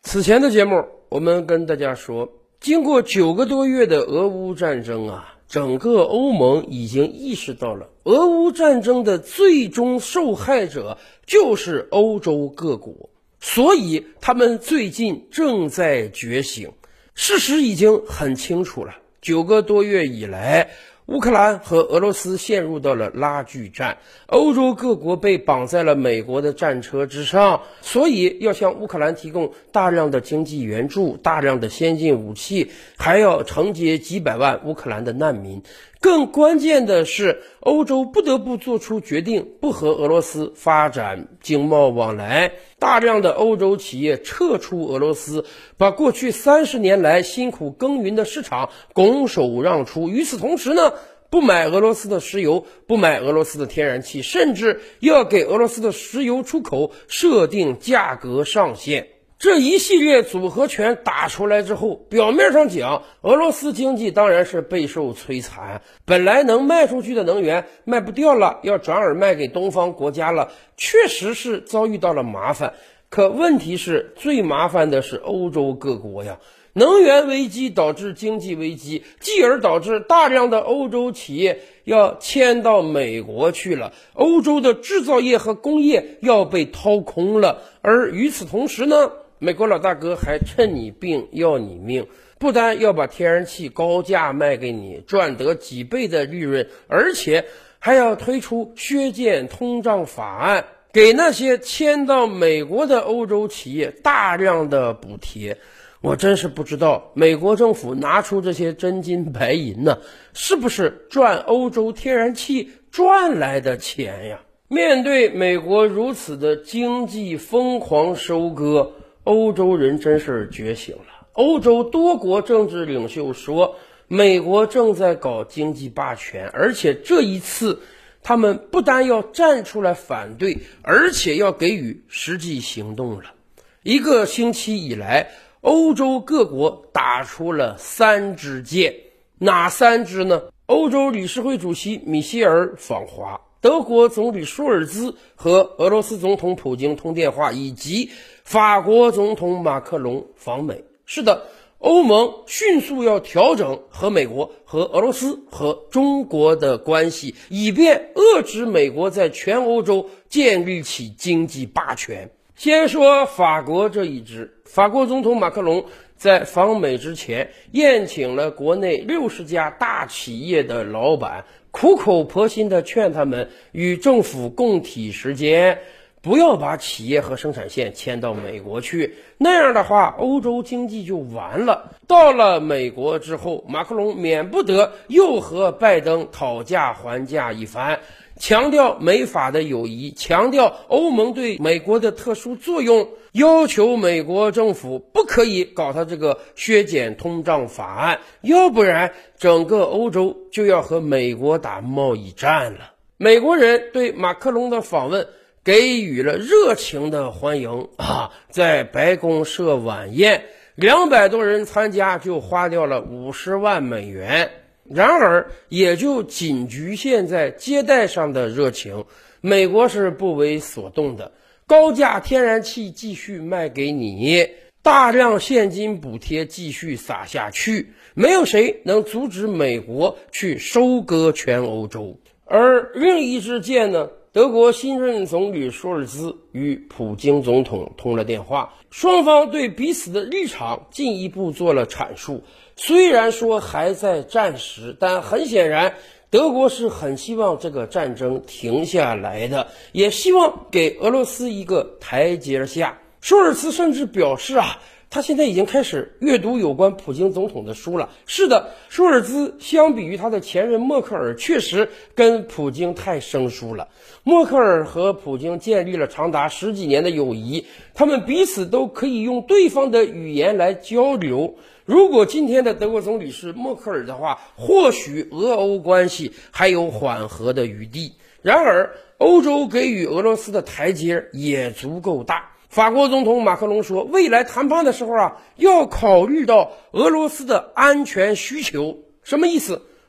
此前的节目，我们跟大家说，经过9个多月的俄乌战争整个欧盟已经意识到了，俄乌战争的最终受害者就是欧洲各国，所以他们最近正在觉醒。事实已经很清楚了，9个多月以来，乌克兰和俄罗斯陷入到了拉锯战，欧洲各国被绑在了美国的战车之上，所以要向乌克兰提供大量的经济援助，大量的先进武器，还要承接几百万乌克兰的难民。更关键的是，欧洲不得不做出决定，不和俄罗斯发展经贸往来，大量的欧洲企业撤出俄罗斯，把过去30年来辛苦耕耘的市场拱手让出。与此同时呢，不买俄罗斯的石油，不买俄罗斯的天然气，甚至要给俄罗斯的石油出口设定价格上限。这一系列组合拳打出来之后，表面上讲，俄罗斯经济当然是备受摧残，本来能卖出去的能源卖不掉了，要转而卖给东方国家了，确实是遭遇到了麻烦。可问题是，最麻烦的是欧洲各国呀。能源危机导致经济危机，继而导致大量的欧洲企业要迁到美国去了，欧洲的制造业和工业要被掏空了。而与此同时呢，美国老大哥还趁你病要你命，不但要把天然气高价卖给你，赚得几倍的利润，而且还要推出削减通胀法案，给那些迁到美国的欧洲企业大量的补贴。我真是不知道美国政府拿出这些真金白银呢，是不是赚欧洲天然气赚来的钱呀？面对美国如此的经济疯狂收割，欧洲人真是觉醒了。欧洲多国政治领袖说，美国正在搞经济霸权，而且这一次他们不但要站出来反对，而且要给予实际行动了。1个星期以来，欧洲各国打出了3支箭。哪3支呢？欧洲理事会主席米歇尔访华，德国总理舒尔兹和俄罗斯总统普京通电话，以及法国总统马克龙访美。是的，欧盟迅速要调整和美国、和俄罗斯、和中国的关系，以便遏制美国在全欧洲建立起经济霸权。先说法国这一支，法国总统马克龙在访美之前宴请了国内60家大企业的老板，苦口婆心地劝他们与政府共体时艰，不要把企业和生产线迁到美国去，那样的话欧洲经济就完了。到了美国之后，马克龙免不得又和拜登讨价还价一番，强调美法的友谊，强调欧盟对美国的特殊作用，要求美国政府不可以搞他这个削减通胀法案，要不然整个欧洲就要和美国打贸易战了。美国人对马克龙的访问给予了热情的欢迎在白宫设晚宴，200多人参加就花掉了50万美元。然而也就仅局限在接待上的热情，美国是不为所动的，高价天然气继续卖给你，大量现金补贴继续撒下去，没有谁能阻止美国去收割全欧洲。而另一支箭呢，德国新任总理舒尔兹与普京总统通了电话，双方对彼此的立场进一步做了阐述。虽然说还在战时，但很显然德国是很希望这个战争停下来的，也希望给俄罗斯一个台阶下。舒尔茨甚至表示他现在已经开始阅读有关普京总统的书了。是的，舒尔兹相比于他的前任默克尔，确实跟普京太生疏了。默克尔和普京建立了长达10几年的友谊，他们彼此都可以用对方的语言来交流。如果今天的德国总理是默克尔的话，或许俄欧关系还有缓和的余地。然而欧洲给予俄罗斯的台阶也足够大。法国总统马克龙说，未来谈判的时候要考虑到俄罗斯的安全需求。什么意思？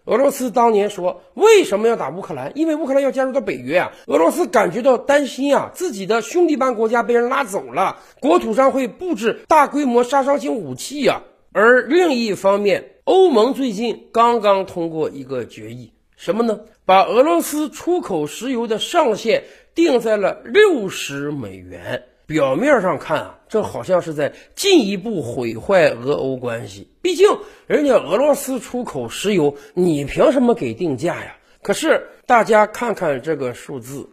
俄罗斯当年说为什么要打乌克兰？因为乌克兰要加入到北约啊，俄罗斯感觉到担心啊，自己的兄弟般国家被人拉走了，国土上会布置大规模杀伤性武器啊。而另一方面，欧盟最近刚刚通过一个决议，什么呢？把俄罗斯出口石油的上限定在了$60。表面上看啊，这好像是在进一步毁坏俄欧关系，毕竟人家俄罗斯出口石油，你凭什么给定价呀？可是大家看看这个数字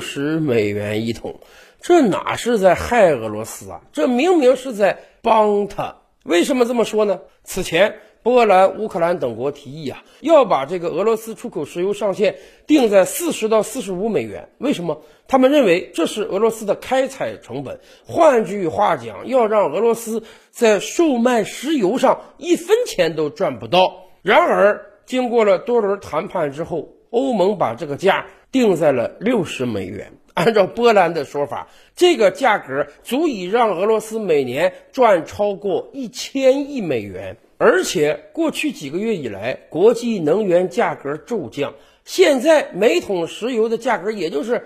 ，$60一桶，这哪是在害俄罗斯啊？这明明是在帮他。为什么这么说呢？此前波兰、乌克兰等国提议啊，要把这个俄罗斯出口石油上限定在$40到$45。为什么？他们认为这是俄罗斯的开采成本。换句话讲，要让俄罗斯在售卖石油上1分钱都赚不到。然而，经过了多轮谈判之后，欧盟把这个价定在了$60。按照波兰的说法，这个价格足以让俄罗斯每年赚超过1000亿美元。而且过去几个月以来，国际能源价格骤降，现在每桶石油的价格也就是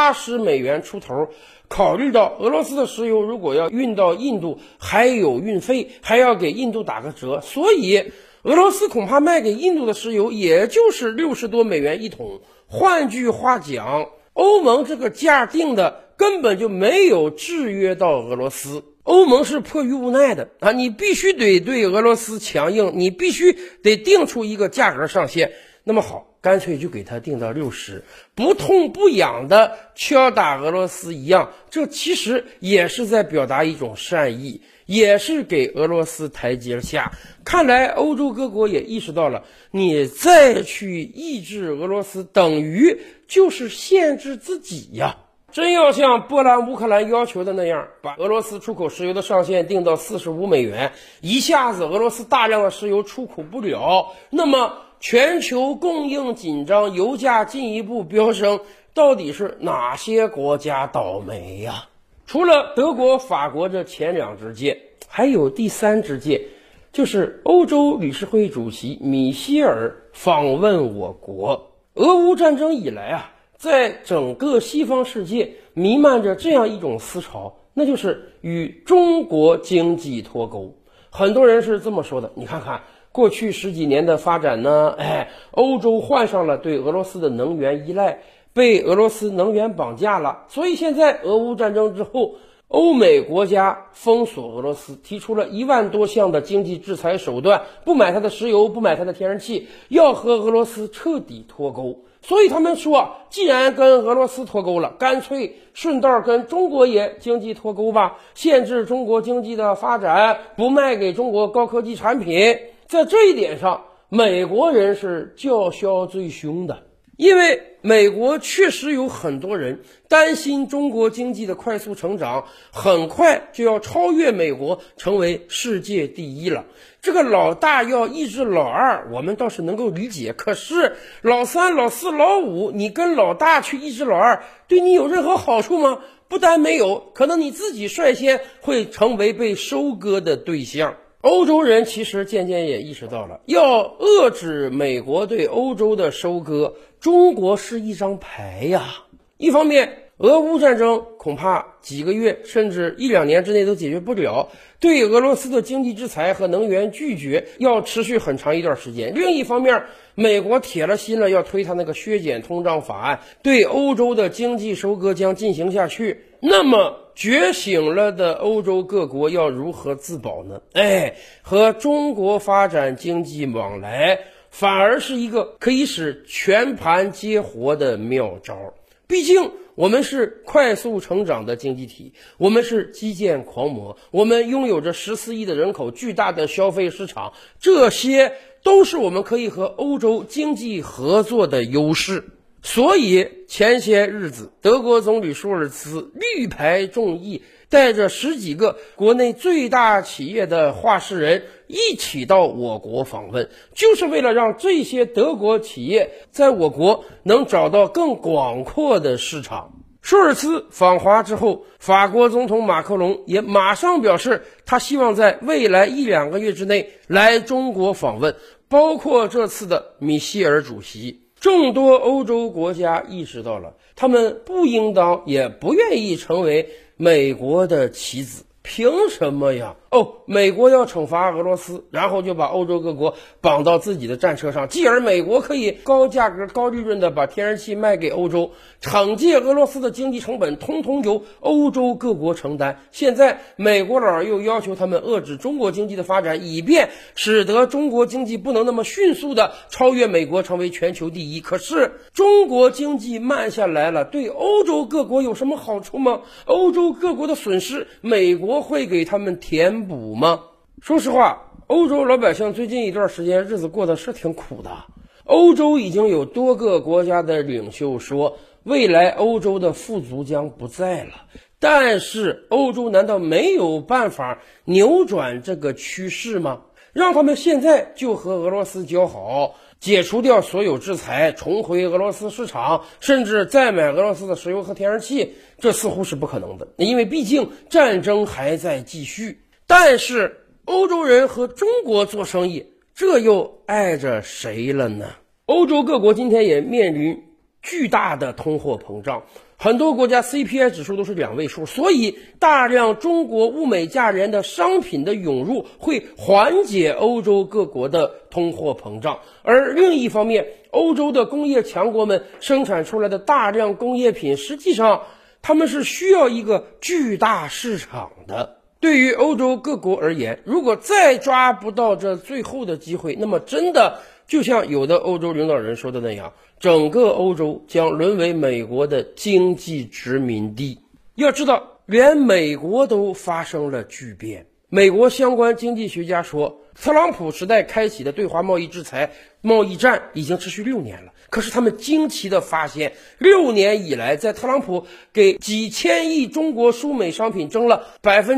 $80出头。考虑到俄罗斯的石油如果要运到印度，还有运费，还要给印度打个折，所以俄罗斯恐怕卖给印度的石油也就是$60多一桶。换句话讲，欧盟这个价定的根本就没有制约到俄罗斯。欧盟是迫于无奈的啊，你必须得对俄罗斯强硬，你必须得定出一个价格上限。那么好，干脆就给它定到$60，不痛不痒的敲打俄罗斯一样，这其实也是在表达一种善意，也是给俄罗斯台阶下。看来欧洲各国也意识到了，你再去抑制俄罗斯，等于就是限制自己呀。真要像波兰、乌克兰要求的那样，把俄罗斯出口石油的上限定到$45，一下子俄罗斯大量的石油出口不了，那么全球供应紧张，油价进一步飙升，到底是哪些国家倒霉呀？除了德国、法国这前2支箭，还有第3支箭，就是欧洲理事会主席米歇尔访问我国。俄乌战争以来啊，在整个西方世界弥漫着这样一种思潮，那就是与中国经济脱钩。很多人是这么说的，你看看过去10几年的发展呢，欧洲患上了对俄罗斯的能源依赖，被俄罗斯能源绑架了，所以现在俄乌战争之后，欧美国家封锁俄罗斯，提出了1万多项的经济制裁手段，不买它的石油，不买它的天然气，要和俄罗斯彻底脱钩。所以他们说，既然跟俄罗斯脱钩了，干脆顺道跟中国也经济脱钩吧，限制中国经济的发展，不卖给中国高科技产品。在这一点上，美国人是叫嚣最凶的，因为美国确实有很多人担心中国经济的快速成长很快就要超越美国，成为世界第一了。这个老大要抑制老二，我们倒是能够理解，可是老3、老4、老5，你跟老大去抑制老二，对你有任何好处吗？不但没有，可能你自己率先会成为被收割的对象。欧洲人其实渐渐也意识到了，要遏制美国对欧洲的收割，中国是一张牌呀。一方面，俄乌战争恐怕几个月甚至1、2年之内都解决不了，对俄罗斯的经济制裁和能源拒绝要持续很长一段时间。另一方面，美国铁了心了要推他那个削减通胀法案，对欧洲的经济收割将进行下去。那么觉醒了的欧洲各国要如何自保呢？和中国发展经济往来，反而是一个可以使全盘皆活的妙招。毕竟我们是快速成长的经济体，我们是基建狂魔，我们拥有着14亿的人口，巨大的消费市场，这些都是我们可以和欧洲经济合作的优势。所以前些日子，德国总理舒尔茨力排众议，带着10几个国内最大企业的话事人一起到我国访问，就是为了让这些德国企业在我国能找到更广阔的市场。舒尔茨访华之后，法国总统马克龙也马上表示，他希望在未来1、2个月之内来中国访问， 包括这次的米歇尔主席。众多欧洲国家意识到了，他们不应当也不愿意成为美国的棋子。凭什么呀？美国要惩罚俄罗斯，然后就把欧洲各国绑到自己的战车上，继而美国可以高价格高利润的把天然气卖给欧洲，惩戒俄罗斯的经济成本通通由欧洲各国承担。现在美国佬又要求他们遏制中国经济的发展，以便使得中国经济不能那么迅速的超越美国成为全球第一。可是中国经济慢下来了，对欧洲各国有什么好处吗？欧洲各国的损失美国会给他们填补吗？说实话，欧洲老百姓最近一段时间日子过得是挺苦的。欧洲已经有多个国家的领袖说，未来欧洲的富足将不在了。但是欧洲难道没有办法扭转这个趋势吗？让他们现在就和俄罗斯交好，解除掉所有制裁，重回俄罗斯市场，甚至再买俄罗斯的石油和天然气，这似乎是不可能的，因为毕竟战争还在继续。但是欧洲人和中国做生意，这又碍着谁了呢？欧洲各国今天也面临巨大的通货膨胀，很多国家 CPI 指数都是2位数，所以大量中国物美价廉的商品的涌入会缓解欧洲各国的通货膨胀。而另一方面，欧洲的工业强国们生产出来的大量工业品，实际上他们是需要一个巨大市场的。对于欧洲各国而言，如果再抓不到这最后的机会，那么真的就像有的欧洲领导人说的那样，整个欧洲将沦为美国的经济殖民地。要知道，连美国都发生了巨变。美国相关经济学家说，特朗普时代开启的对华贸易制裁贸易战已经持续6年了。可是他们惊奇地发现，6年以来，在特朗普给几千亿中国输美商品征了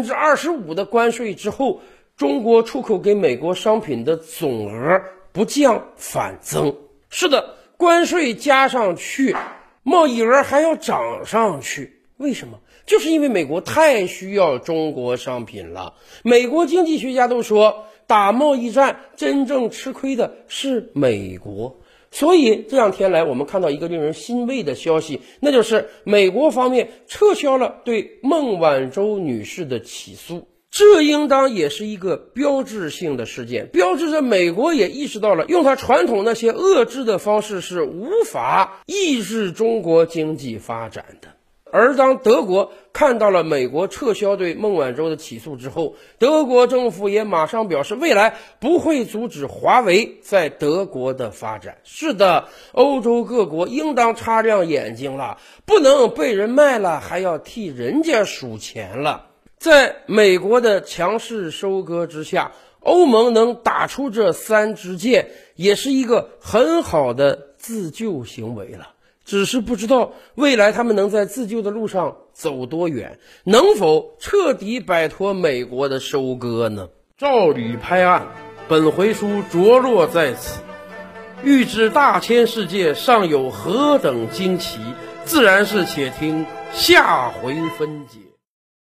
25%的关税之后，中国出口给美国商品的总额不降反增。是的，关税加上去，贸易额还要涨上去。为什么？就是因为美国太需要中国商品了。美国经济学家都说，打贸易战真正吃亏的是美国。所以这2天来，我们看到一个令人欣慰的消息，那就是美国方面撤销了对孟晚舟女士的起诉。这应当也是一个标志性的事件，标志着美国也意识到了用它传统那些遏制的方式是无法抑制中国经济发展的。而当德国看到了美国撤销对孟晚舟的起诉之后，德国政府也马上表示，未来不会阻止华为在德国的发展。是的，欧洲各国应当擦亮眼睛了，不能被人卖了还要替人家数钱了。在美国的强势收割之下，欧盟能打出这3支箭，也是一个很好的自救行为了。只是不知道未来他们能在自救的路上走多远，能否彻底摆脱美国的收割呢？照吕拍案，本回书着落在此。欲知大千世界尚有何等惊奇，自然是且听下回分解。